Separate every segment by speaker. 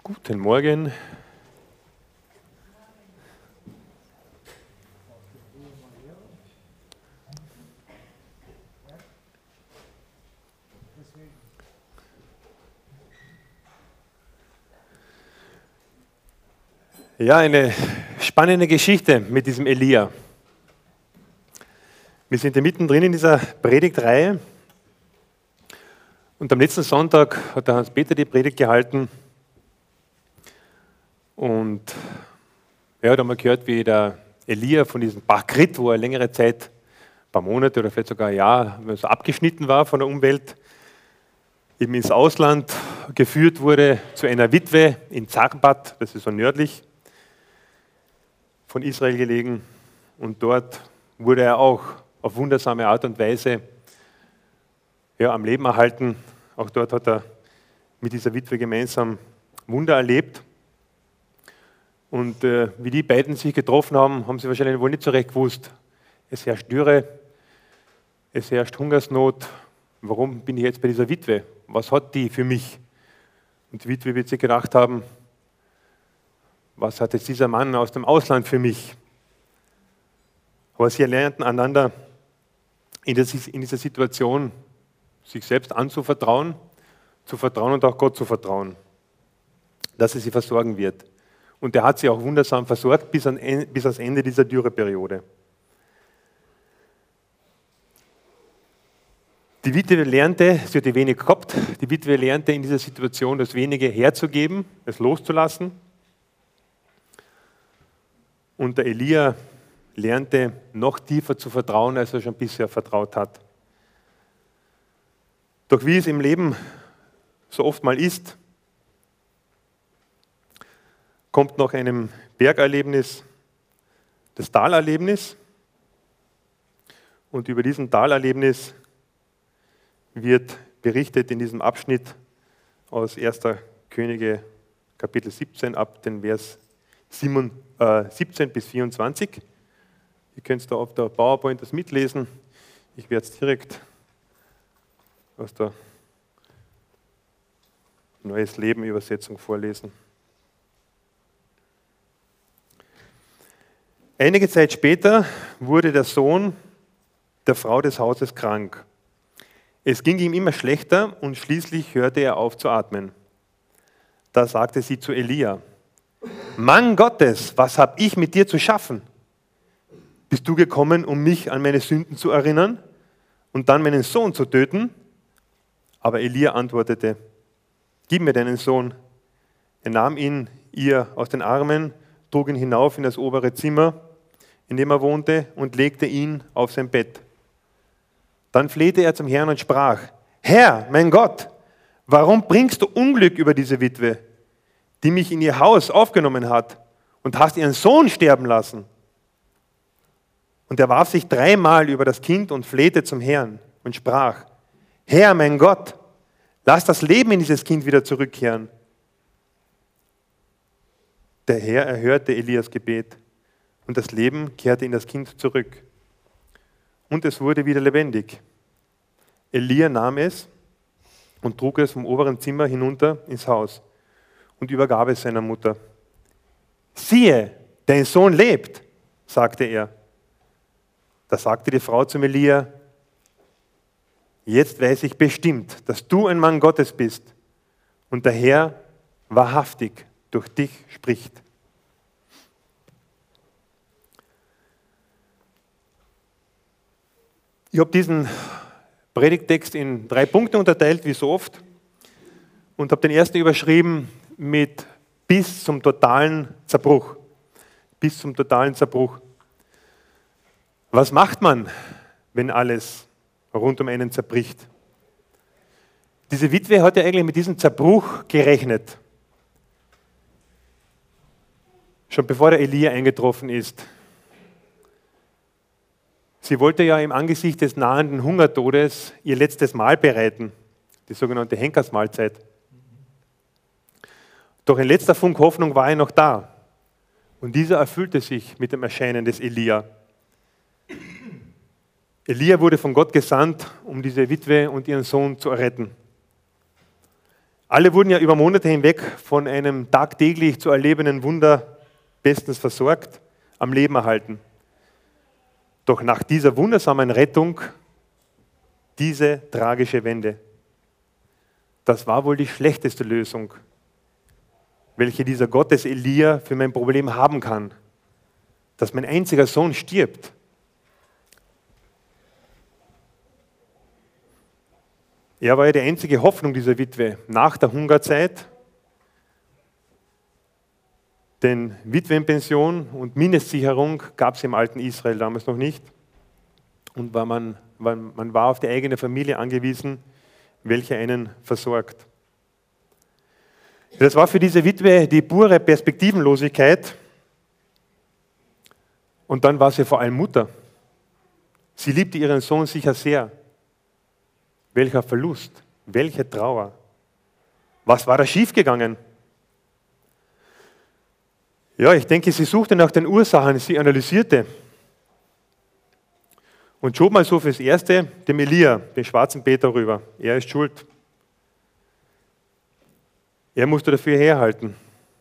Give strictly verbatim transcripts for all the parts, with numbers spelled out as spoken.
Speaker 1: Guten Morgen. Ja, eine spannende Geschichte mit diesem Elia. Wir sind ja mittendrin in dieser Predigtreihe und am letzten Sonntag hat der Hans-Peter die Predigt gehalten und er hat einmal gehört, wie der Elia von diesem Bach Krit, wo er längere Zeit, ein paar Monate oder vielleicht sogar ein Jahr so abgeschnitten war von der Umwelt, eben ins Ausland geführt wurde zu einer Witwe in Zarbat, das ist so nördlich von Israel gelegen, und dort wurde er auch auf wundersame Art und Weise ja, am Leben erhalten. Auch dort hat er mit dieser Witwe gemeinsam Wunder erlebt. Und äh, wie die beiden sich getroffen haben, haben sie wahrscheinlich wohl nicht so recht gewusst. Es herrscht Dürre, es herrscht Hungersnot. Warum bin ich jetzt bei dieser Witwe? Was hat die für mich? Und die Witwe wird sich gedacht haben, was hat jetzt dieser Mann aus dem Ausland für mich? Aber sie lernten einander in dieser Situation, sich selbst anzuvertrauen, zu vertrauen und auch Gott zu vertrauen, dass er sie versorgen wird. Und er hat sie auch wundersam versorgt bis, an, bis ans Ende dieser Dürreperiode. Die Witwe lernte, sie hatte wenig gehabt, die Witwe lernte in dieser Situation das Wenige herzugeben, es loszulassen. Und der Elia lernte noch tiefer zu vertrauen, als er schon bisher vertraut hat. Doch wie es im Leben so oft mal ist, kommt nach einem Bergerlebnis das Talerlebnis. Und über diesen Talerlebnis wird berichtet in diesem Abschnitt aus erster Könige Kapitel siebzehn ab den Vers siebzehn bis vierundzwanzig. Ihr könnt da auf der PowerPoint das mitlesen. Ich werde es direkt aus der Neues Leben Übersetzung vorlesen. Einige Zeit später wurde der Sohn der Frau des Hauses krank. Es ging ihm immer schlechter und schließlich hörte er auf zu atmen. Da sagte sie zu Elia: Mann Gottes, was habe ich mit dir zu schaffen? Bist du gekommen, um mich an meine Sünden zu erinnern und dann meinen Sohn zu töten? Aber Elia antwortete: Gib mir deinen Sohn. Er nahm ihn ihr aus den Armen, trug ihn hinauf in das obere Zimmer, in dem er wohnte, und legte ihn auf sein Bett. Dann flehte er zum Herrn und sprach: Herr, mein Gott, warum bringst du Unglück über diese Witwe, die mich in ihr Haus aufgenommen hat, und hast ihren Sohn sterben lassen? Und er warf sich dreimal über das Kind und flehte zum Herrn und sprach: Herr, mein Gott, lass das Leben in dieses Kind wieder zurückkehren. Der Herr erhörte Elias Gebet, und das Leben kehrte in das Kind zurück. Und es wurde wieder lebendig. Elia nahm es und trug es vom oberen Zimmer hinunter ins Haus und übergab es seiner Mutter. Siehe, dein Sohn lebt, sagte er. Da sagte die Frau zum Elia: Jetzt weiß ich bestimmt, dass du ein Mann Gottes bist und der Herr wahrhaftig durch dich spricht. Ich habe diesen Predigttext in drei Punkte unterteilt, wie so oft, und habe den ersten überschrieben mit bis zum totalen Zerbruch. Bis zum totalen Zerbruch. Was macht man, wenn alles rund um einen zerbricht? Diese Witwe hat ja eigentlich mit diesem Zerbruch gerechnet. Schon bevor der Elia eingetroffen ist. Sie wollte ja im Angesicht des nahenden Hungertodes ihr letztes Mahl bereiten, die sogenannte Henkersmahlzeit. Doch ein letzter Funk Hoffnung war ja noch da. Und dieser erfüllte sich mit dem Erscheinen des Elia. Elia wurde von Gott gesandt, um diese Witwe und ihren Sohn zu erretten. Alle wurden ja über Monate hinweg von einem tagtäglich zu erlebenden Wunder bestens versorgt, am Leben erhalten. Doch nach dieser wundersamen Rettung, diese tragische Wende, das war wohl die schlechteste Lösung, welche dieser Gottes Elia für mein Problem haben kann, dass mein einziger Sohn stirbt. Er war ja die einzige Hoffnung dieser Witwe nach der Hungerzeit, denn Witwenpension und Mindestsicherung gab es im alten Israel damals noch nicht und war man, man war auf die eigene Familie angewiesen, welche einen versorgt. Das war für diese Witwe die pure Perspektivenlosigkeit und dann war sie vor allem Mutter. Sie liebte ihren Sohn sicher sehr. Welcher Verlust, welche Trauer. Was war da schiefgegangen? Ja, ich denke, sie suchte nach den Ursachen, sie analysierte und schob mal so fürs Erste dem Elia, den schwarzen Peter, rüber. Er ist schuld. Er musste dafür herhalten.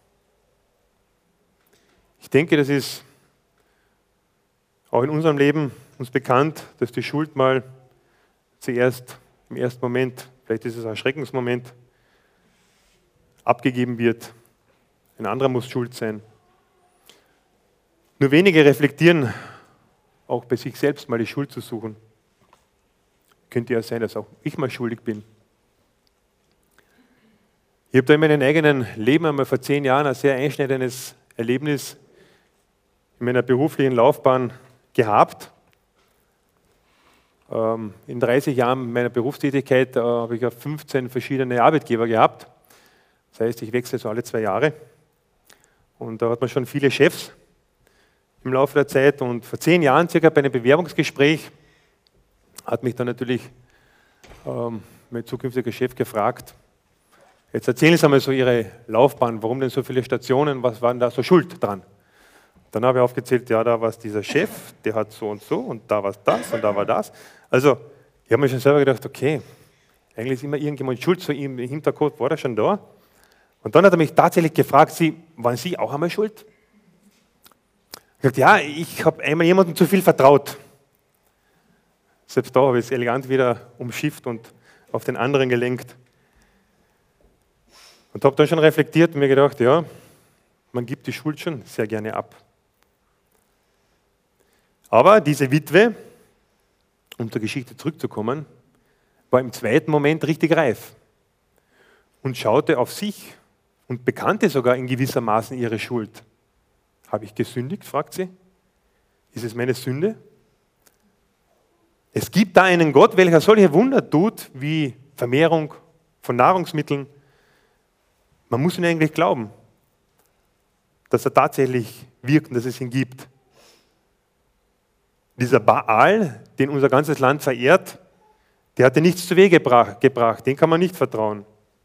Speaker 1: Ich denke, das ist auch in unserem Leben uns bekannt, dass die Schuld mal zuerst im ersten Moment, vielleicht ist es ein Schreckensmoment, abgegeben wird. Ein anderer muss schuld sein. Nur wenige reflektieren, auch bei sich selbst mal die Schuld zu suchen. Könnte ja sein, dass auch ich mal schuldig bin. Ich habe da in meinem eigenen Leben einmal vor zehn Jahren ein sehr einschneidendes Erlebnis in meiner beruflichen Laufbahn gehabt. In dreißig Jahren meiner Berufstätigkeit äh, habe ich ja fünfzehn verschiedene Arbeitgeber gehabt. Das heißt, ich wechsle so alle zwei Jahre. Und da hat man schon viele Chefs im Laufe der Zeit. Und vor zehn Jahren circa bei einem Bewerbungsgespräch hat mich dann natürlich ähm, mein zukünftiger Chef gefragt, jetzt erzählen Sie einmal so Ihre Laufbahn, warum denn so viele Stationen, was war denn da so schuld dran? Dann habe ich aufgezählt, ja, da war es dieser Chef, der hat so und so und da war es das und da war das. Also, ich habe mir schon selber gedacht, okay, eigentlich ist immer irgendjemand schuld, so im Hinterkopf war er schon da. Und dann hat er mich tatsächlich gefragt, Sie, waren Sie auch einmal schuld? Ich habe gesagt, ja, ich habe einmal jemandem zu viel vertraut. Selbst da habe ich es elegant wieder umschifft und auf den anderen gelenkt. Und habe dann schon reflektiert und mir gedacht, ja, man gibt die Schuld schon sehr gerne ab. Aber diese Witwe, um zur Geschichte zurückzukommen, war im zweiten Moment richtig reif und schaute auf sich und bekannte sogar in gewisser Maßen ihre Schuld. Habe ich gesündigt, fragt sie. Ist es meine Sünde? Es gibt da einen Gott, welcher solche Wunder tut, wie Vermehrung von Nahrungsmitteln. Man muss ihn eigentlich glauben, dass er tatsächlich wirkt und dass es ihn gibt. Dieser Baal, den unser ganzes Land verehrt, der hatte nichts zu Wege gebracht, den kann man nicht vertrauen.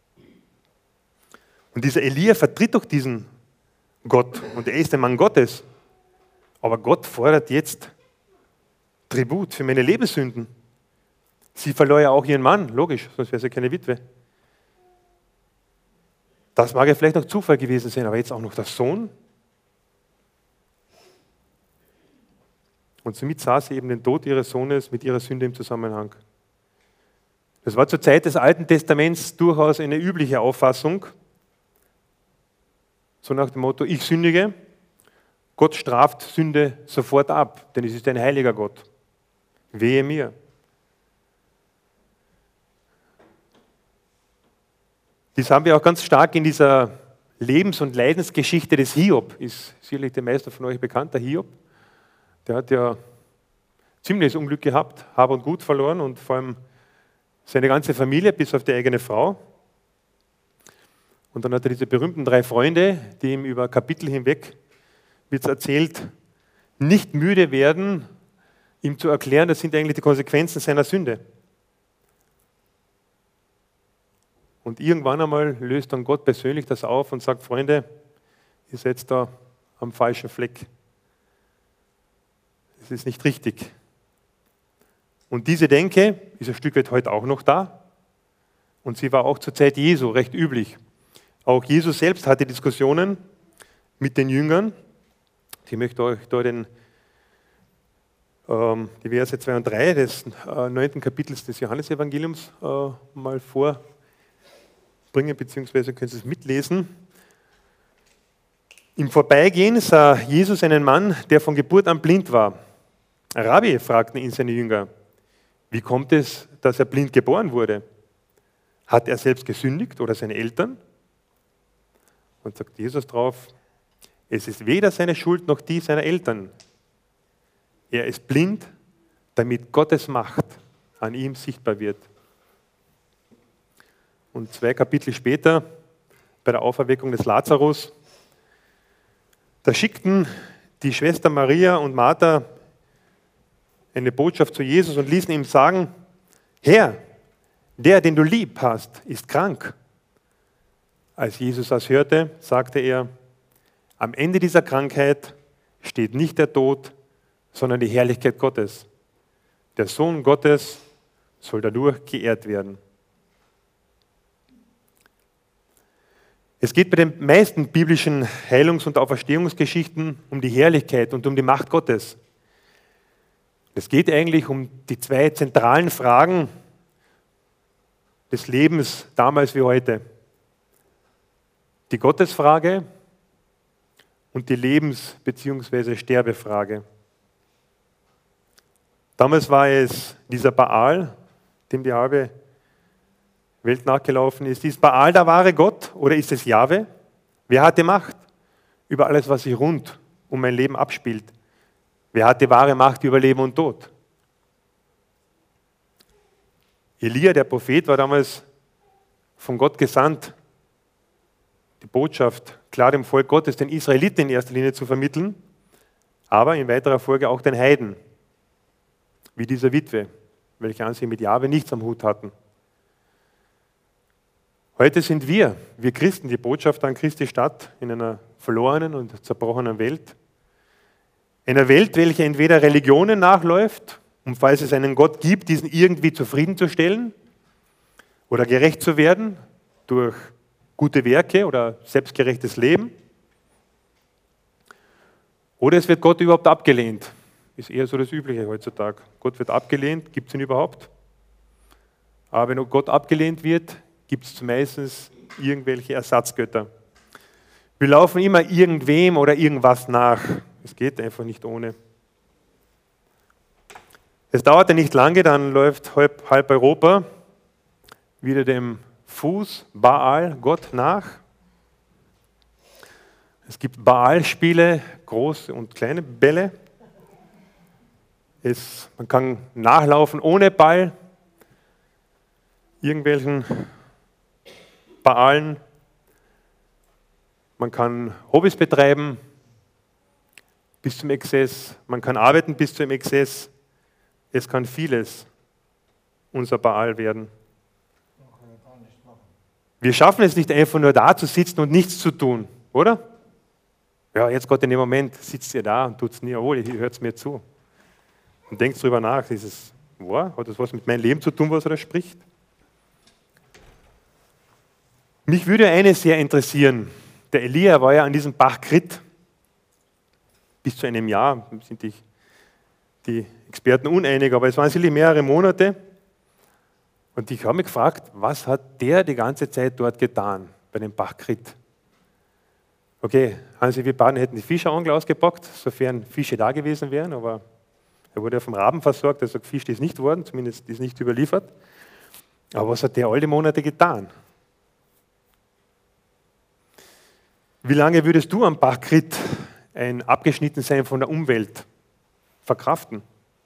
Speaker 1: Und dieser Elia vertritt doch diesen Gott und er ist ein Mann Gottes. Aber Gott fordert jetzt Tribut für meine Lebenssünden. Sie verlor ja auch ihren Mann, logisch, sonst wäre sie keine Witwe. Das mag ja vielleicht noch Zufall gewesen sein, aber jetzt auch noch der Sohn. Und somit sah sie eben den Tod ihres Sohnes mit ihrer Sünde im Zusammenhang. Das war zur Zeit des Alten Testaments durchaus eine übliche Auffassung. So nach dem Motto, ich sündige, Gott straft Sünde sofort ab, denn es ist ein heiliger Gott. Wehe mir. Dies haben wir auch ganz stark in dieser Lebens- und Leidensgeschichte des Hiob. Ist sicherlich den meisten von euch bekannt, der Hiob. Der hat ja ziemliches Unglück gehabt, Hab und Gut verloren und vor allem seine ganze Familie, bis auf die eigene Frau. Und dann hat er diese berühmten drei Freunde, die ihm über Kapitel hinweg, wird erzählt, nicht müde werden, ihm zu erklären, das sind eigentlich die Konsequenzen seiner Sünde. Und irgendwann einmal löst dann Gott persönlich das auf und sagt, Freunde, ihr seid da am falschen Fleck. Das ist nicht richtig. Und diese Denke ist ein Stück weit heute auch noch da. Und sie war auch zur Zeit Jesu recht üblich. Auch Jesus selbst hatte Diskussionen mit den Jüngern. Ich möchte euch da den, ähm, die Verse zwei und drei des äh, neunten Kapitels des Johannesevangeliums äh, mal vorbringen, beziehungsweise können Sie es mitlesen. Im Vorbeigehen sah Jesus einen Mann, der von Geburt an blind war. Rabbi, fragten ihn seine Jünger, wie kommt es, dass er blind geboren wurde? Hat er selbst gesündigt oder seine Eltern? Und sagt Jesus drauf, es ist weder seine Schuld noch die seiner Eltern. Er ist blind, damit Gottes Macht an ihm sichtbar wird. Und zwei Kapitel später, bei der Auferweckung des Lazarus, da schickten die Schwester Maria und Martha eine Botschaft zu Jesus und ließen ihm sagen, Herr, der, den du lieb hast, ist krank. Als Jesus das hörte, sagte er, am Ende dieser Krankheit steht nicht der Tod, sondern die Herrlichkeit Gottes. Der Sohn Gottes soll dadurch geehrt werden. Es geht bei den meisten biblischen Heilungs- und Auferstehungsgeschichten um die Herrlichkeit und um die Macht Gottes. Es geht eigentlich um die zwei zentralen Fragen des Lebens damals wie heute. Die Gottesfrage und die Lebens- bzw. Sterbefrage. Damals war es dieser Baal, dem die halbe Welt nachgelaufen ist. Ist Baal der wahre Gott oder ist es Jahwe? Wer hat die Macht über alles, was sich rund um mein Leben abspielt? Wer hat die wahre Macht über Leben und Tod? Elia, der Prophet, war damals von Gott gesandt, die Botschaft klar dem Volk Gottes, den Israeliten in erster Linie zu vermitteln, aber in weiterer Folge auch den Heiden, wie dieser Witwe, welche an sich mit Jahwe nichts am Hut hatten. Heute sind wir, wir Christen, die Botschafter an Christi Stadt in einer verlorenen und zerbrochenen Welt. Einer Welt, welche entweder Religionen nachläuft, um falls es einen Gott gibt, diesen irgendwie zufriedenzustellen oder gerecht zu werden durch gute Werke oder selbstgerechtes Leben. Oder es wird Gott überhaupt abgelehnt. Ist eher so das Übliche heutzutage. Gott wird abgelehnt, gibt es ihn überhaupt? Aber wenn Gott abgelehnt wird, gibt es meistens irgendwelche Ersatzgötter. Wir laufen immer irgendwem oder irgendwas nach. Es geht einfach nicht ohne. Es dauerte nicht lange, dann läuft halb, halb Europa wieder dem Fuß Baal, Gott, nach. Es gibt Baal-Spiele, große und kleine Bälle. Es, man kann nachlaufen ohne Ball, irgendwelchen Baalen. Man kann Hobbys betreiben bis zum Exzess. Man kann arbeiten bis zum Exzess. Es kann vieles unser Baal werden. Wir schaffen es nicht einfach nur da zu sitzen und nichts zu tun, oder? Ja, jetzt Gott in dem Moment sitzt ihr da und tut es nie, oh, ihr hört es mir zu. Und denkt drüber nach, ist es wahr? Hat das was mit meinem Leben zu tun, was er da spricht? Mich würde eines sehr interessieren. Der Elia war ja an diesem Bach Krit bis zu einem Jahr, sind die, die Experten uneinig, aber es waren sicherlich mehrere Monate. Und ich habe mich gefragt, was hat der die ganze Zeit dort getan, bei dem Bach Krit? Okay, Hansi, wir beiden hätten die Fischerangel ausgepackt, sofern Fische da gewesen wären, aber er wurde ja vom Raben versorgt, also Fisch ist nicht worden, zumindest ist nicht überliefert. Aber was hat der all die Monate getan? Wie lange würdest du am Bach Krit ein Abgeschnittensein von der Umwelt verkraften?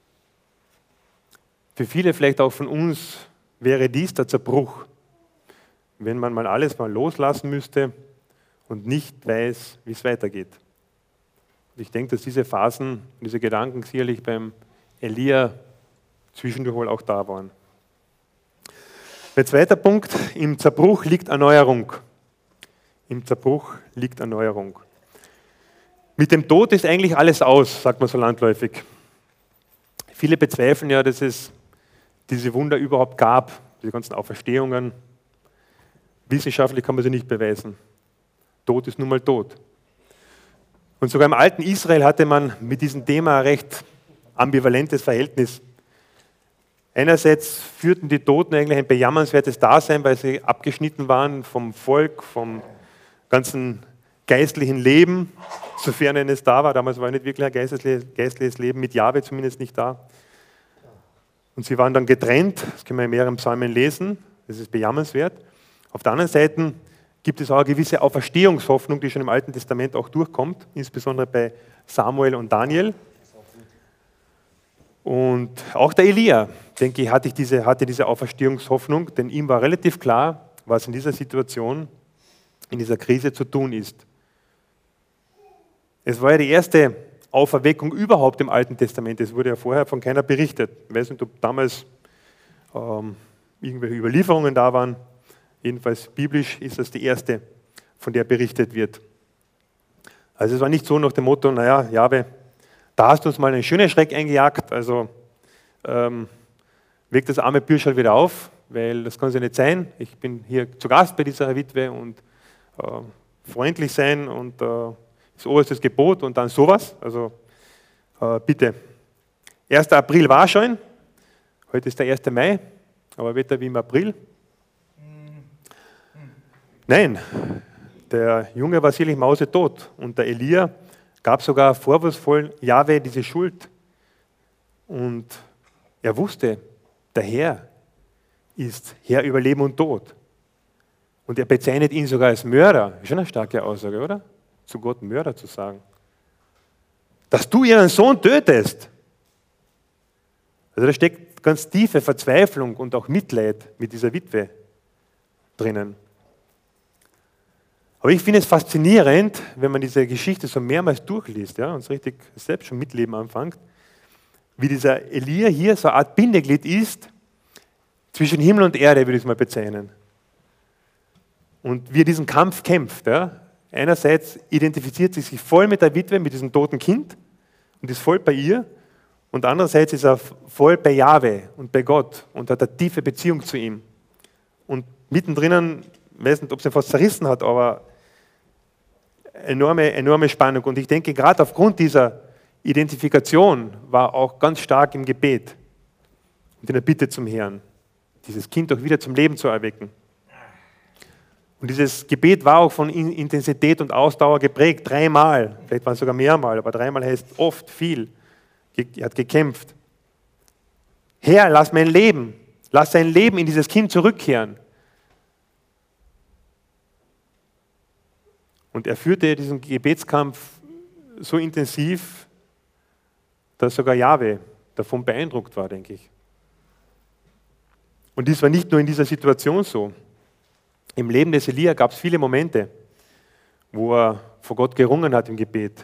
Speaker 1: Für viele, vielleicht auch von uns, wäre dies der Zerbruch, wenn man mal alles mal loslassen müsste und nicht weiß, wie es weitergeht. Und ich denke, dass diese Phasen, diese Gedanken sicherlich beim Elia zwischendurch wohl auch da waren. Der zweite Punkt, im Zerbruch liegt Erneuerung. Im Zerbruch liegt Erneuerung. Mit dem Tod ist eigentlich alles aus, sagt man so landläufig. Viele bezweifeln ja, dass es diese Wunder überhaupt gab, diese ganzen Auferstehungen, Wissenschaftlich kann man sie nicht beweisen. Tod ist nun mal tot. Und sogar im alten Israel hatte man mit diesem Thema ein recht ambivalentes Verhältnis. Einerseits führten die Toten eigentlich ein bejammernswertes Dasein, weil sie abgeschnitten waren vom Volk, vom ganzen geistlichen Leben, sofern eines da war. Damals war nicht wirklich ein geistliches Leben, mit Jahwe zumindest nicht da. Und sie waren dann getrennt, das können wir in mehreren Psalmen lesen, das ist bejammernswert. Auf der anderen Seite gibt es auch eine gewisse Auferstehungshoffnung, die schon im Alten Testament auch durchkommt, insbesondere bei Samuel und Daniel. Und auch der Elia, denke ich, hatte, ich diese, hatte diese Auferstehungshoffnung, denn ihm war relativ klar, was in dieser Situation, in dieser Krise zu tun ist. Es war ja die erste Auferweckung überhaupt im Alten Testament. Es wurde ja vorher von keiner berichtet. Ich weiß nicht, ob damals ähm, irgendwelche Überlieferungen da waren. Jedenfalls biblisch ist das die erste, von der berichtet wird. Also es war nicht so nach dem Motto, naja, Jahwe, da hast du uns mal einen schönen Schreck eingejagt, also ähm, weckt das arme Bürschel wieder auf, weil das kann es ja nicht sein. Ich bin hier zu Gast bei dieser Witwe und äh, freundlich sein und äh, das oberstes Gebot und dann sowas. Also äh, bitte. erster April war schon, heute ist der erste Mai, aber Wetter wie im April. Nein, der Junge war sicherlich mausetot und der Elia gab sogar vorwurfsvoll Jahwe diese Schuld. Und er wusste, der Herr ist Herr über Leben und Tod. Und er bezeichnet ihn sogar als Mörder. Schon eine starke Aussage, oder? Zu Gott Mörder zu sagen. Dass du ihren Sohn tötest. Also da steckt ganz tiefe Verzweiflung und auch Mitleid mit dieser Witwe drinnen. Aber ich finde es faszinierend, wenn man diese Geschichte so mehrmals durchliest, ja, und so richtig selbst schon mitleben anfängt, wie dieser Elia hier so eine Art Bindeglied ist zwischen Himmel und Erde, würde ich es mal bezeichnen. Und wie er diesen Kampf kämpft. Ja. Einerseits identifiziert sich sich voll mit der Witwe, mit diesem toten Kind und ist voll bei ihr. Und andererseits ist er voll bei Jahwe und bei Gott und hat eine tiefe Beziehung zu ihm. Und mittendrin, ich weiß nicht, ob es ihn fast zerrissen hat, aber enorme, enorme Spannung. Und ich denke, gerade aufgrund dieser Identifikation war auch ganz stark im Gebet und in der Bitte zum Herrn, dieses Kind auch wieder zum Leben zu erwecken. Und dieses Gebet war auch von Intensität und Ausdauer geprägt, dreimal, vielleicht waren es sogar mehrmal, aber dreimal heißt oft viel. Er hat gekämpft. Herr, lass mein Leben, lass sein Leben in dieses Kind zurückkehren. Und er führte diesen Gebetskampf so intensiv, dass sogar Jahwe davon beeindruckt war, denke ich. Und dies war nicht nur in dieser Situation so. Im Leben des Elia gab es viele Momente, wo er vor Gott gerungen hat im Gebet.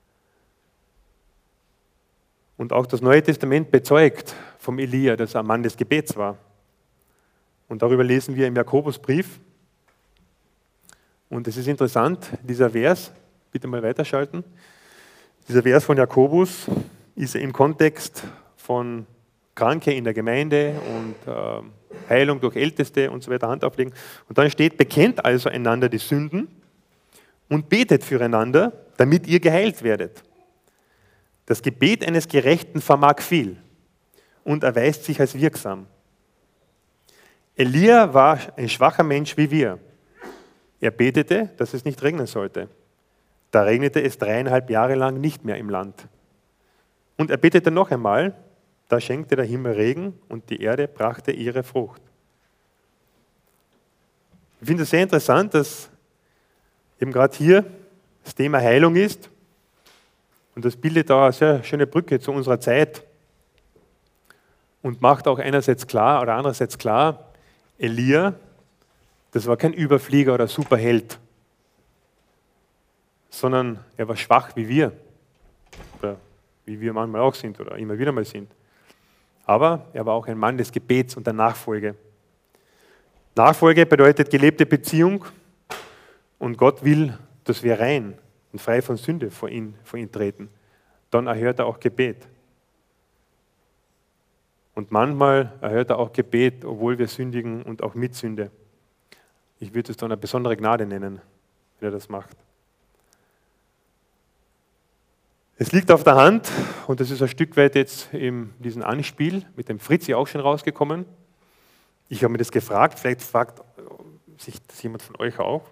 Speaker 1: Und auch das Neue Testament bezeugt vom Elia, dass er ein Mann des Gebets war. Und darüber lesen wir im Jakobusbrief. Und es ist interessant, dieser Vers, bitte mal weiterschalten, dieser Vers von Jakobus ist im Kontext von Kranke in der Gemeinde und äh, Heilung durch Älteste und so weiter Hand auflegen. Und dann steht, bekennt also einander die Sünden und betet füreinander, damit ihr geheilt werdet. Das Gebet eines Gerechten vermag viel und erweist sich als wirksam. Elia war ein schwacher Mensch wie wir. Er betete, dass es nicht regnen sollte. Da regnete es dreieinhalb Jahre lang nicht mehr im Land. Und er betete noch einmal, da schenkte der Himmel Regen und die Erde brachte ihre Frucht. Ich finde es sehr interessant, dass eben gerade hier das Thema Heilung ist. Und das bildet da eine sehr schöne Brücke zu unserer Zeit und macht auch einerseits klar oder andererseits klar, Elia, das war kein Überflieger oder Superheld, sondern er war schwach wie wir, oder wie wir manchmal auch sind oder immer wieder mal sind. Aber er war auch ein Mann des Gebets und der Nachfolge. Nachfolge bedeutet gelebte Beziehung und Gott will, dass wir rein und frei von Sünde vor ihn, vor ihn treten. Dann erhört er auch Gebet. Und manchmal erhört er auch Gebet, obwohl wir sündigen und auch mit Sünde. Ich würde es dann eine besondere Gnade nennen, wenn er das macht. Es liegt auf der Hand, und das ist ein Stück weit jetzt in diesem Anspiel mit dem Fritzi auch schon rausgekommen. Ich habe mir das gefragt, vielleicht fragt sich das jemand von euch auch.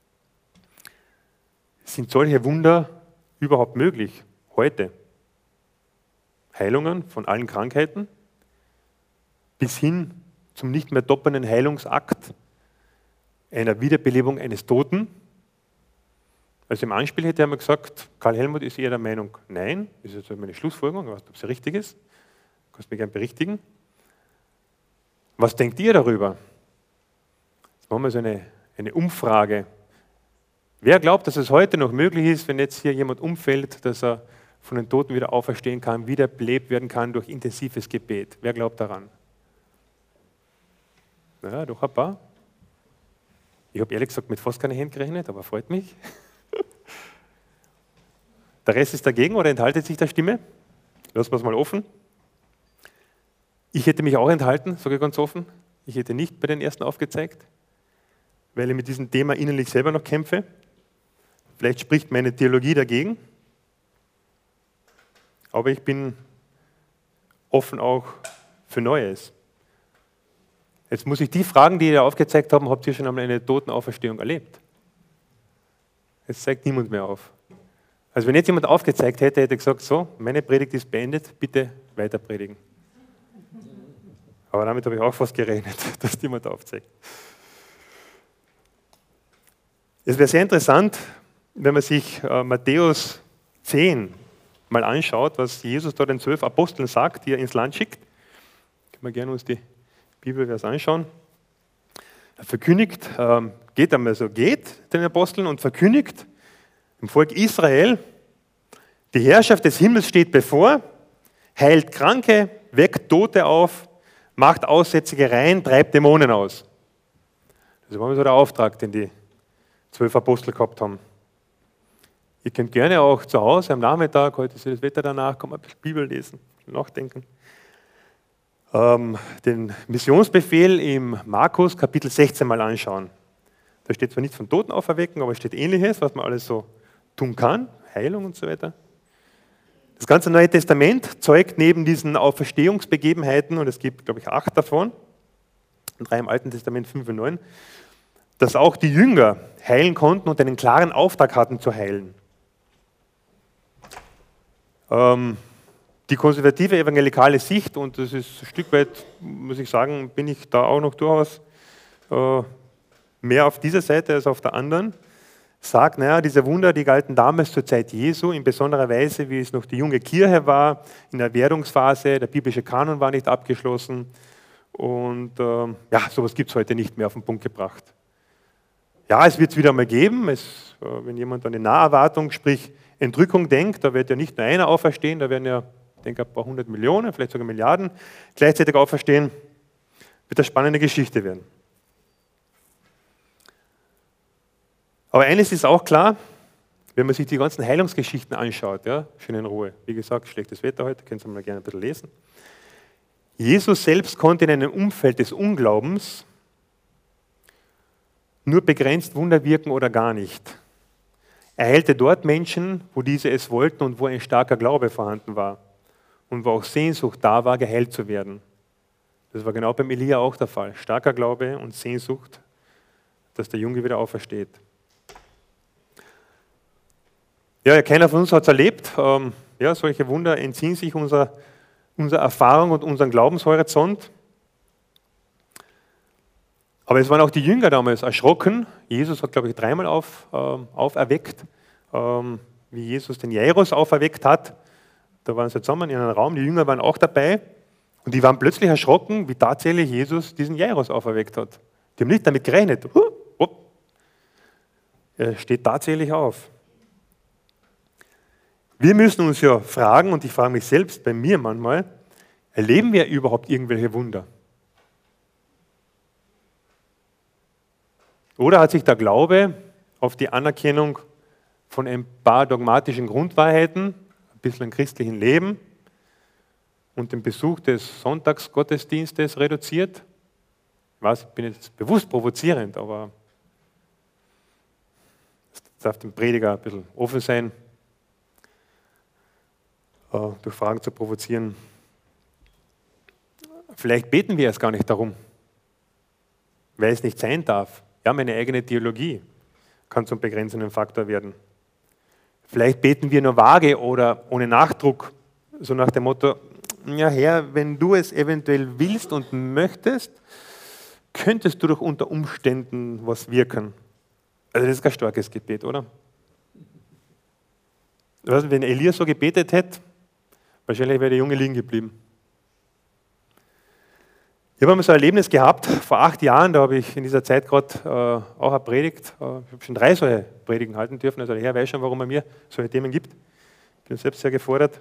Speaker 1: Sind solche Wunder überhaupt möglich heute? Heilungen von allen Krankheiten bis hin zum nicht mehr doppelnden Heilungsakt einer Wiederbelebung eines Toten. Also im Anspiel hätte er mir gesagt, Karl Helmut ist eher der Meinung, nein, das ist jetzt meine Schlussfolgerung, ich weiß nicht, ob es richtig ist, du kannst mich gerne berichtigen. Was denkt ihr darüber? Jetzt machen wir so eine, eine Umfrage. Wer glaubt, dass es heute noch möglich ist, wenn jetzt hier jemand umfällt, dass er von den Toten wieder auferstehen kann, wieder belebt werden kann durch intensives Gebet? Wer glaubt daran? Ja, doch ein paar. Ich habe ehrlich gesagt mit fast keine Hände gerechnet, aber freut mich. Der Rest ist dagegen oder enthaltet sich der Stimme? Lassen wir es mal offen. Ich hätte mich auch enthalten, sage ich ganz offen. Ich hätte nicht bei den ersten aufgezeigt, weil ich mit diesem Thema innerlich selber noch kämpfe. Vielleicht spricht meine Theologie dagegen. Aber ich bin offen auch für Neues. Jetzt muss ich die fragen, die ihr aufgezeigt haben, habt ihr schon einmal eine Totenauferstehung erlebt? Jetzt zeigt niemand mehr auf. Also wenn jetzt jemand aufgezeigt hätte, hätte ich gesagt, so, meine Predigt ist beendet, bitte weiter predigen. Aber damit habe ich auch fast gerechnet, dass jemand aufzeigt. Es wäre sehr interessant, wenn man sich äh, Matthäus zehn mal anschaut, was Jesus da den zwölf Aposteln sagt, die er ins Land schickt. Können wir gerne uns die Bibelvers anschauen. Er verkündigt, ähm, geht einmal so, geht den Aposteln und verkündigt im Volk Israel, die Herrschaft des Himmels steht bevor, heilt Kranke, weckt Tote auf, macht Aussätzige rein, treibt Dämonen aus. Das war so der Auftrag, den die zwölf Apostel gehabt haben. Ihr könnt gerne auch zu Hause am Nachmittag, heute ist das Wetter danach, kommt ein bisschen Bibel lesen, nachdenken. Ähm, den Missionsbefehl im Markus Kapitel sechzehn mal anschauen. Da steht zwar nicht von Toten auferwecken, aber es steht Ähnliches, was man alles so tun kann, Heilung und so weiter. Das ganze Neue Testament zeugt neben diesen Auferstehungsbegebenheiten, und es gibt, glaube ich, acht davon, drei im Alten Testament, fünf und neun, dass auch die Jünger heilen konnten und einen klaren Auftrag hatten zu heilen. Ähm, die konservative evangelikale Sicht, und das ist ein Stück weit, muss ich sagen, bin ich da auch noch durchaus äh, mehr auf dieser Seite als auf der anderen, sagt, naja, diese Wunder, die galten damals zur Zeit Jesu, in besonderer Weise, wie es noch die junge Kirche war, in der Werdungsphase, der biblische Kanon war nicht abgeschlossen, und äh, ja, sowas gibt es heute nicht mehr auf den Punkt gebracht. Ja, es wird es wieder mal geben, es, äh, wenn jemand an die Naherwartung, sprich Entrückung denkt, da wird ja nicht nur einer auferstehen, da werden ja, ich denke, ein paar hundert Millionen, vielleicht sogar Milliarden gleichzeitig auferstehen, wird eine spannende Geschichte werden. Aber eines ist auch klar, wenn man sich die ganzen Heilungsgeschichten anschaut, ja, schön in Ruhe, wie gesagt, schlechtes Wetter heute, könnt ihr mal gerne ein bisschen lesen. Jesus selbst konnte in einem Umfeld des Unglaubens nur begrenzt Wunder wirken oder gar nicht. Er heilte dort Menschen, wo diese es wollten und wo ein starker Glaube vorhanden war und wo auch Sehnsucht da war, geheilt zu werden. Das war genau beim Elia auch der Fall. Starker Glaube und Sehnsucht, dass der Junge wieder aufersteht. Ja, keiner von uns hat es erlebt. Ähm, ja, solche Wunder entziehen sich unserer, unserer Erfahrung und unserem Glaubenshorizont. Aber es waren auch die Jünger damals erschrocken. Jesus hat, glaube ich, dreimal auf, äh, auferweckt, ähm, wie Jesus den Jairus auferweckt hat. Da waren sie zusammen in einem Raum, die Jünger waren auch dabei. Und die waren plötzlich erschrocken, wie tatsächlich Jesus diesen Jairus auferweckt hat. Die haben nicht damit gerechnet. Huh, oh. Er steht tatsächlich auf. Wir müssen uns ja fragen, und ich frage mich selbst bei mir manchmal, erleben wir überhaupt irgendwelche Wunder? Oder hat sich der Glaube auf die Anerkennung von ein paar dogmatischen Grundwahrheiten, ein bisschen christlichen Leben und dem Besuch des Sonntagsgottesdienstes reduziert? Ich weiß, ich bin jetzt bewusst provozierend, aber Jetzt darf dem Prediger ein bisschen offen sein, äh, durch Fragen zu provozieren. Vielleicht beten wir erst gar nicht darum, weil es nicht sein darf. Ja, meine eigene Theologie kann zum begrenzenden Faktor werden. Vielleicht beten wir nur vage oder ohne Nachdruck, so nach dem Motto, ja Herr, wenn du es eventuell willst und möchtest, könntest du doch unter Umständen was wirken. Also das ist kein starkes Gebet, oder? Also wenn Elia so gebetet hätte, wahrscheinlich wäre der Junge liegen geblieben. Ich habe einmal so ein Erlebnis gehabt, vor acht Jahren, da habe ich in dieser Zeit gerade äh, auch eine Predigt, äh, ich habe schon drei solche Predigen halten dürfen, also der Herr weiß schon, warum er mir solche Themen gibt. Ich bin selbst sehr gefordert.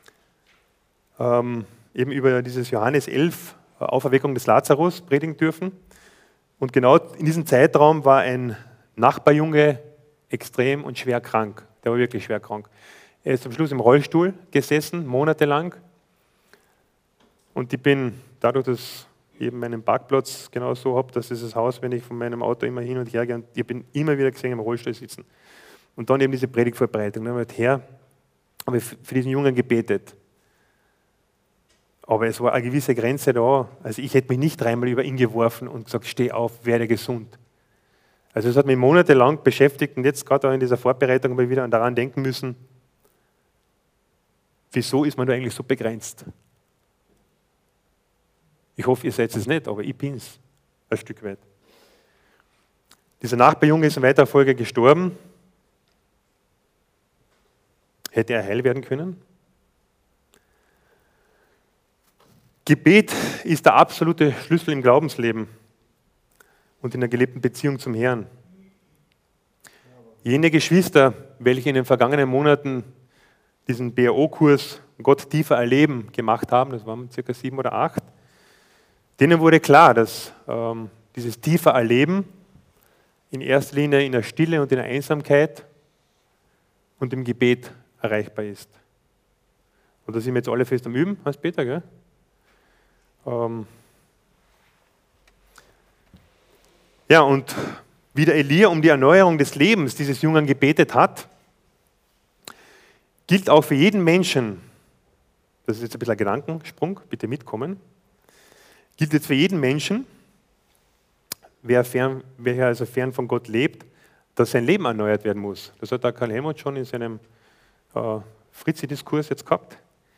Speaker 1: Ähm, eben über dieses Johannes elf, äh, Auferweckung des Lazarus, predigen dürfen. Und genau in diesem Zeitraum war ein Nachbarjunge extrem und schwer krank. Der war wirklich schwer krank. Er ist am Schluss im Rollstuhl gesessen, monatelang. Und ich bin dadurch, dass ich eben meinen Parkplatz genau so habe, dass dieses Haus, wenn ich von meinem Auto immer hin und her gehe, und ich bin immer wieder gesehen im Rollstuhl sitzen. Und dann eben diese Predigtvorbereitung. Dann habe ich gesagt, Herr, habe ich für diesen Jungen gebetet. Aber es war eine gewisse Grenze da. Also ich hätte mich nicht dreimal über ihn geworfen und gesagt, steh auf, werde gesund. Also es hat mich monatelang beschäftigt und jetzt gerade auch in dieser Vorbereitung habe ich wieder daran denken müssen, wieso ist man da eigentlich so begrenzt? Ich hoffe, ihr seid es nicht, aber ich bin es ein Stück weit. Dieser Nachbarjunge ist in weiterer Folge gestorben. Hätte er heil werden können? Gebet ist der absolute Schlüssel im Glaubensleben und in der gelebten Beziehung zum Herrn. Jene Geschwister, welche in den vergangenen Monaten diesen B R O-Kurs Gott tiefer erleben gemacht haben, das waren circa sieben oder acht, denen wurde klar, dass ähm, dieses tiefer Erleben in erster Linie in der Stille und in der Einsamkeit und im Gebet erreichbar ist. Und da sind wir jetzt alle fest am Üben, Hans-Peter, gell? Ähm ja, und wie der Elia um die Erneuerung des Lebens dieses Jungen gebetet hat, gilt auch für jeden Menschen, das ist jetzt ein bisschen ein Gedankensprung, bitte mitkommen, gilt jetzt für jeden Menschen, wer, fern, wer also fern von Gott lebt, dass sein Leben erneuert werden muss. Das hat der Karl Helmut schon in seinem äh, Fritzi-Diskurs jetzt gehabt.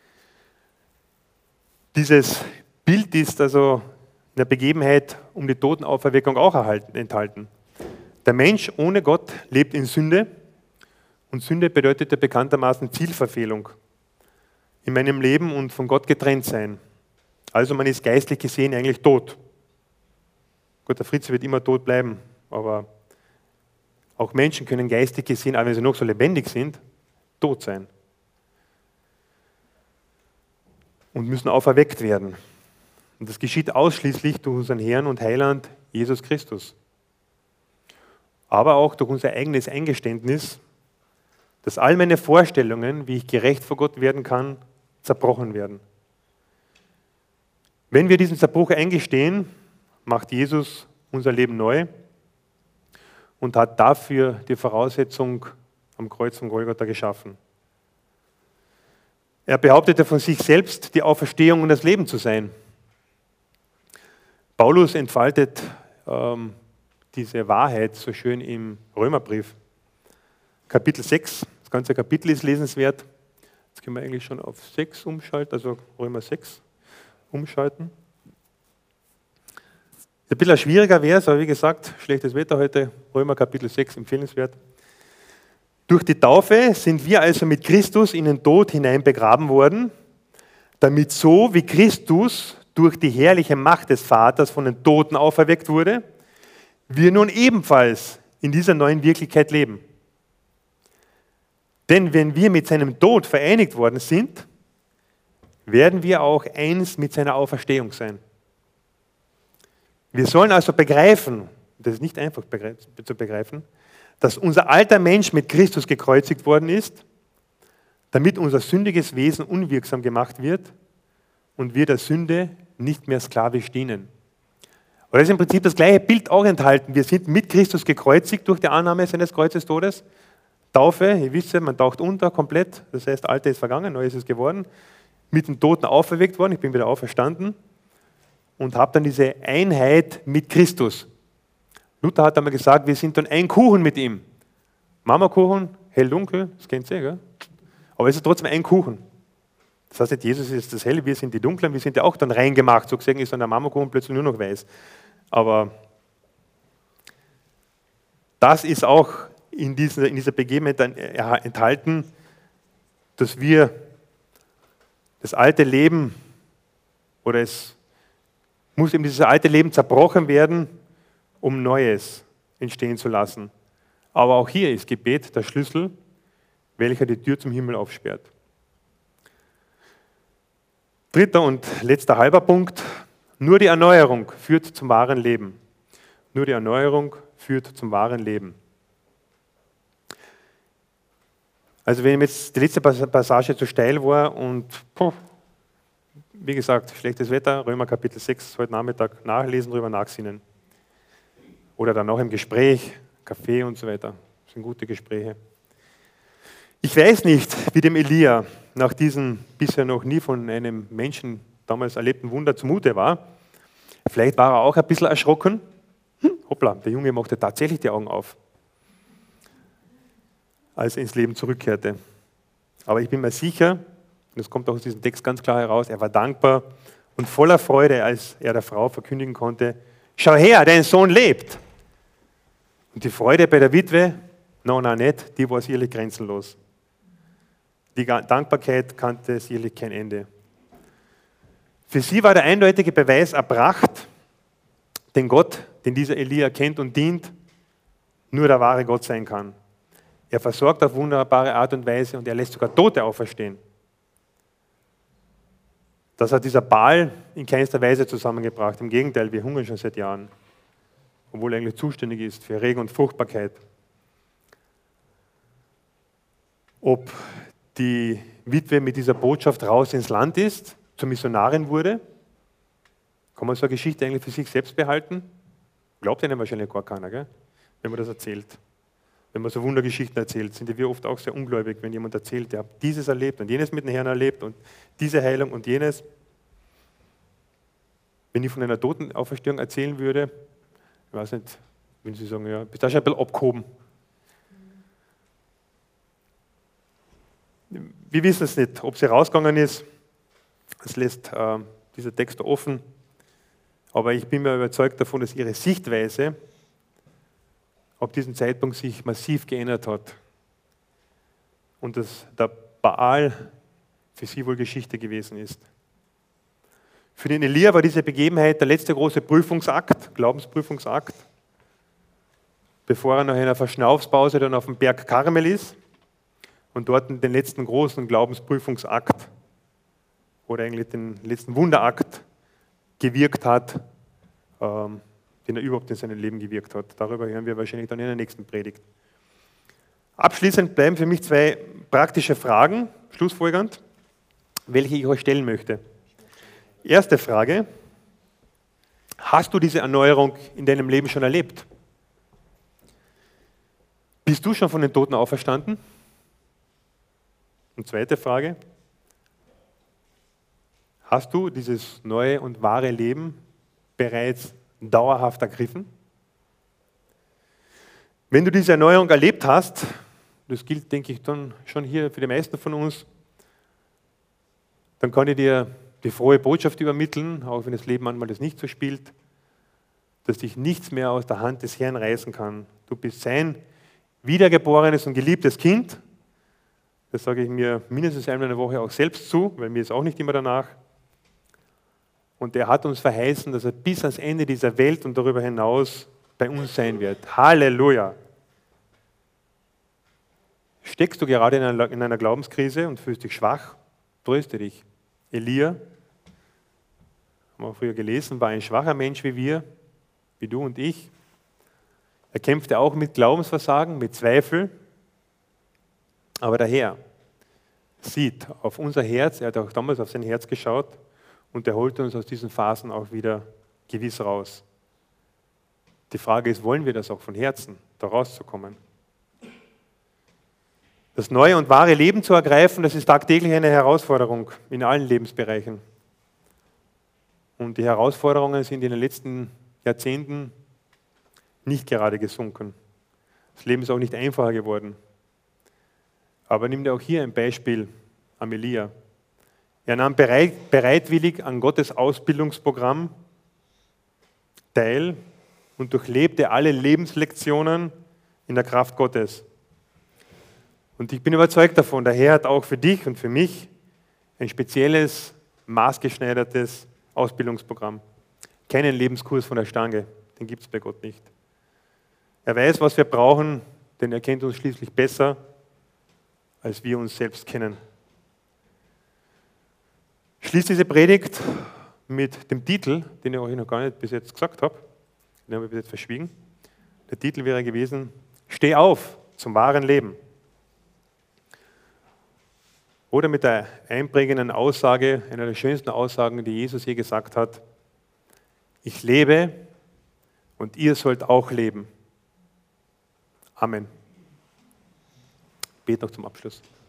Speaker 1: Dieses Bild ist also in der Begebenheit um die Totenauferweckung auch erhalten, enthalten. Der Mensch ohne Gott lebt in Sünde und Sünde bedeutet ja bekanntermaßen Zielverfehlung in meinem Leben und von Gott getrennt sein. Also man ist geistlich gesehen eigentlich tot. Gut, der Fritz wird immer tot bleiben, aber auch Menschen können geistig gesehen, auch wenn sie noch so lebendig sind, tot sein. Und müssen auferweckt werden. Und das geschieht ausschließlich durch unseren Herrn und Heiland Jesus Christus. Aber auch durch unser eigenes Eingeständnis, dass all meine Vorstellungen, wie ich gerecht vor Gott werden kann, zerbrochen werden. Wenn wir diesen Zerbruch eingestehen, macht Jesus unser Leben neu und hat dafür die Voraussetzung am Kreuz von Golgatha geschaffen. Er behauptete von sich selbst, die Auferstehung und das Leben zu sein. Paulus entfaltet ähm, diese Wahrheit so schön im Römerbrief. Kapitel sechs, das ganze Kapitel ist lesenswert. Jetzt können wir eigentlich schon auf sechs umschalten, also Römer sechs umschalten. Ist ein bisschen ein schwieriger Vers, aber wie gesagt, schlechtes Wetter heute, Römer Kapitel sechs, empfehlenswert. Durch die Taufe sind wir also mit Christus in den Tod hinein begraben worden, damit so wie Christus durch die herrliche Macht des Vaters von den Toten auferweckt wurde, wir nun ebenfalls in dieser neuen Wirklichkeit leben. Denn wenn wir mit seinem Tod vereinigt worden sind, werden wir auch eins mit seiner Auferstehung sein. Wir sollen also begreifen, das ist nicht einfach zu begreifen, dass unser alter Mensch mit Christus gekreuzigt worden ist, damit unser sündiges Wesen unwirksam gemacht wird und wir der Sünde nicht mehr sklavisch dienen. Und das ist im Prinzip das gleiche Bild auch enthalten. Wir sind mit Christus gekreuzigt durch die Annahme seines Kreuzestodes Taufe, ihr wisst ja, man taucht unter komplett, das heißt, Alte ist vergangen, Neues ist geworden, mit den Toten auferweckt worden, ich bin wieder auferstanden und habe dann diese Einheit mit Christus. Luther hat einmal gesagt, wir sind dann ein Kuchen mit ihm. Marmorkuchen, hell-dunkel, das kennt ihr, gell? Aber es ist trotzdem ein Kuchen. Das heißt nicht, Jesus ist das Helle, wir sind die Dunklen, wir sind ja auch dann reingemacht. So gesehen ist dann der Marmorkuchen plötzlich nur noch weiß. Aber das ist auch in dieser, in dieser Begebenheit dann enthalten, dass wir das alte Leben, oder es muss eben dieses alte Leben zerbrochen werden, um Neues entstehen zu lassen. Aber auch hier ist Gebet der Schlüssel, welcher die Tür zum Himmel aufsperrt. Dritter und letzter halber Punkt. Nur die Erneuerung führt zum wahren Leben. Nur die Erneuerung führt zum wahren Leben. Also wenn jetzt die letzte Passage zu steil war und puh, wie gesagt, schlechtes Wetter, Römer Kapitel sechs, heute Nachmittag nachlesen, darüber nachsinnen. Oder dann auch im Gespräch, Kaffee und so weiter. Das sind gute Gespräche. Ich weiß nicht, wie dem Elia nach diesem bisher noch nie von einem Menschen damals erlebten Wunder zumute war. Vielleicht war er auch ein bisschen erschrocken. Hm, hoppla, der Junge machte tatsächlich die Augen auf, als er ins Leben zurückkehrte. Aber ich bin mir sicher, und das kommt auch aus diesem Text ganz klar heraus, er war dankbar und voller Freude, als er der Frau verkündigen konnte, schau her, dein Sohn lebt. Und die Freude bei der Witwe, no, no, nicht, die war sicherlich grenzenlos. Die Dankbarkeit kannte sicherlich kein Ende. Für sie war der eindeutige Beweis erbracht, den Gott, den dieser Elia kennt und dient, nur der wahre Gott sein kann. Er versorgt auf wunderbare Art und Weise und er lässt sogar Tote auferstehen. Das hat dieser Baal in keinster Weise zusammengebracht. Im Gegenteil, wir hungern schon seit Jahren, obwohl er eigentlich zuständig ist für Regen und Fruchtbarkeit. Ob die Witwe mit dieser Botschaft raus ins Land ist, zur Missionarin wurde, kann man so eine Geschichte eigentlich für sich selbst behalten? Glaubt ihnen wahrscheinlich gar keiner, gell? Wenn man das erzählt. Wenn man so Wundergeschichten erzählt, sind wir oft auch sehr ungläubig, wenn jemand erzählt, der hat dieses erlebt und jenes mit dem Herrn erlebt und diese Heilung und jenes. Wenn ich von einer Totenauferstehung erzählen würde, ich weiß nicht, wenn Sie sagen, ja, bist du schon ein bisschen abgehoben. Wir wissen es nicht, ob sie rausgegangen ist. Das lässt äh, dieser Text offen. Aber ich bin mir überzeugt davon, dass ihre Sichtweise ab diesem Zeitpunkt sich massiv geändert hat. Und dass der Baal für sie wohl Geschichte gewesen ist. Für den Elia war diese Begebenheit der letzte große Prüfungsakt, Glaubensprüfungsakt, bevor er nach einer Verschnaufspause dann auf dem Berg Karmel ist und dort den letzten großen Glaubensprüfungsakt oder eigentlich den letzten Wunderakt gewirkt hat, ähm, den er überhaupt in seinem Leben gewirkt hat. Darüber hören wir wahrscheinlich dann in der nächsten Predigt. Abschließend bleiben für mich zwei praktische Fragen, schlussfolgernd, welche ich euch stellen möchte. Erste Frage: Hast du diese Erneuerung in deinem Leben schon erlebt? Bist du schon von den Toten auferstanden? Und zweite Frage: Hast du dieses neue und wahre Leben bereits dauerhaft ergriffen? Wenn du diese Erneuerung erlebt hast, das gilt, denke ich, dann schon hier für die meisten von uns, dann kann ich dir die frohe Botschaft übermitteln, auch wenn das Leben manchmal das nicht so spielt, dass dich nichts mehr aus der Hand des Herrn reißen kann. Du bist sein wiedergeborenes und geliebtes Kind. Das sage ich mir mindestens einmal in der Woche auch selbst zu, weil mir ist auch nicht immer danach. Und er hat uns verheißen, dass er bis ans Ende dieser Welt und darüber hinaus bei uns sein wird. Halleluja! Steckst du gerade in einer, in einer Glaubenskrise und fühlst dich schwach? Tröste dich. Elia, haben wir früher gelesen, war ein schwacher Mensch wie wir, wie du und ich. Er kämpfte auch mit Glaubensversagen, mit Zweifel. Aber der Herr sieht auf unser Herz, er hat auch damals auf sein Herz geschaut und er holte uns aus diesen Phasen auch wieder gewiss raus. Die Frage ist, wollen wir das auch von Herzen, da rauszukommen? Das neue und wahre Leben zu ergreifen, das ist tagtäglich eine Herausforderung in allen Lebensbereichen. Und die Herausforderungen sind in den letzten Jahrzehnten nicht gerade gesunken. Das Leben ist auch nicht einfacher geworden. Aber nimm dir auch hier ein Beispiel am Elia. Er nahm bereit, bereitwillig an Gottes Ausbildungsprogramm teil und durchlebte alle Lebenslektionen in der Kraft Gottes. Und ich bin überzeugt davon, der Herr hat auch für dich und für mich ein spezielles, maßgeschneidertes Ausbildungsprogramm. Keinen Lebenskurs von der Stange, den gibt es bei Gott nicht. Er weiß, was wir brauchen, denn er kennt uns schließlich besser, als wir uns selbst kennen. Schließt diese Predigt mit dem Titel, den ich euch noch gar nicht bis jetzt gesagt habe, den habe ich bis jetzt verschwiegen. Der Titel wäre gewesen, Steh auf zum wahren Leben. Oder mit der einprägenden Aussage, einer der schönsten Aussagen, die Jesus je gesagt hat, ich lebe und ihr sollt auch leben. Amen. Ich bete noch zum Abschluss.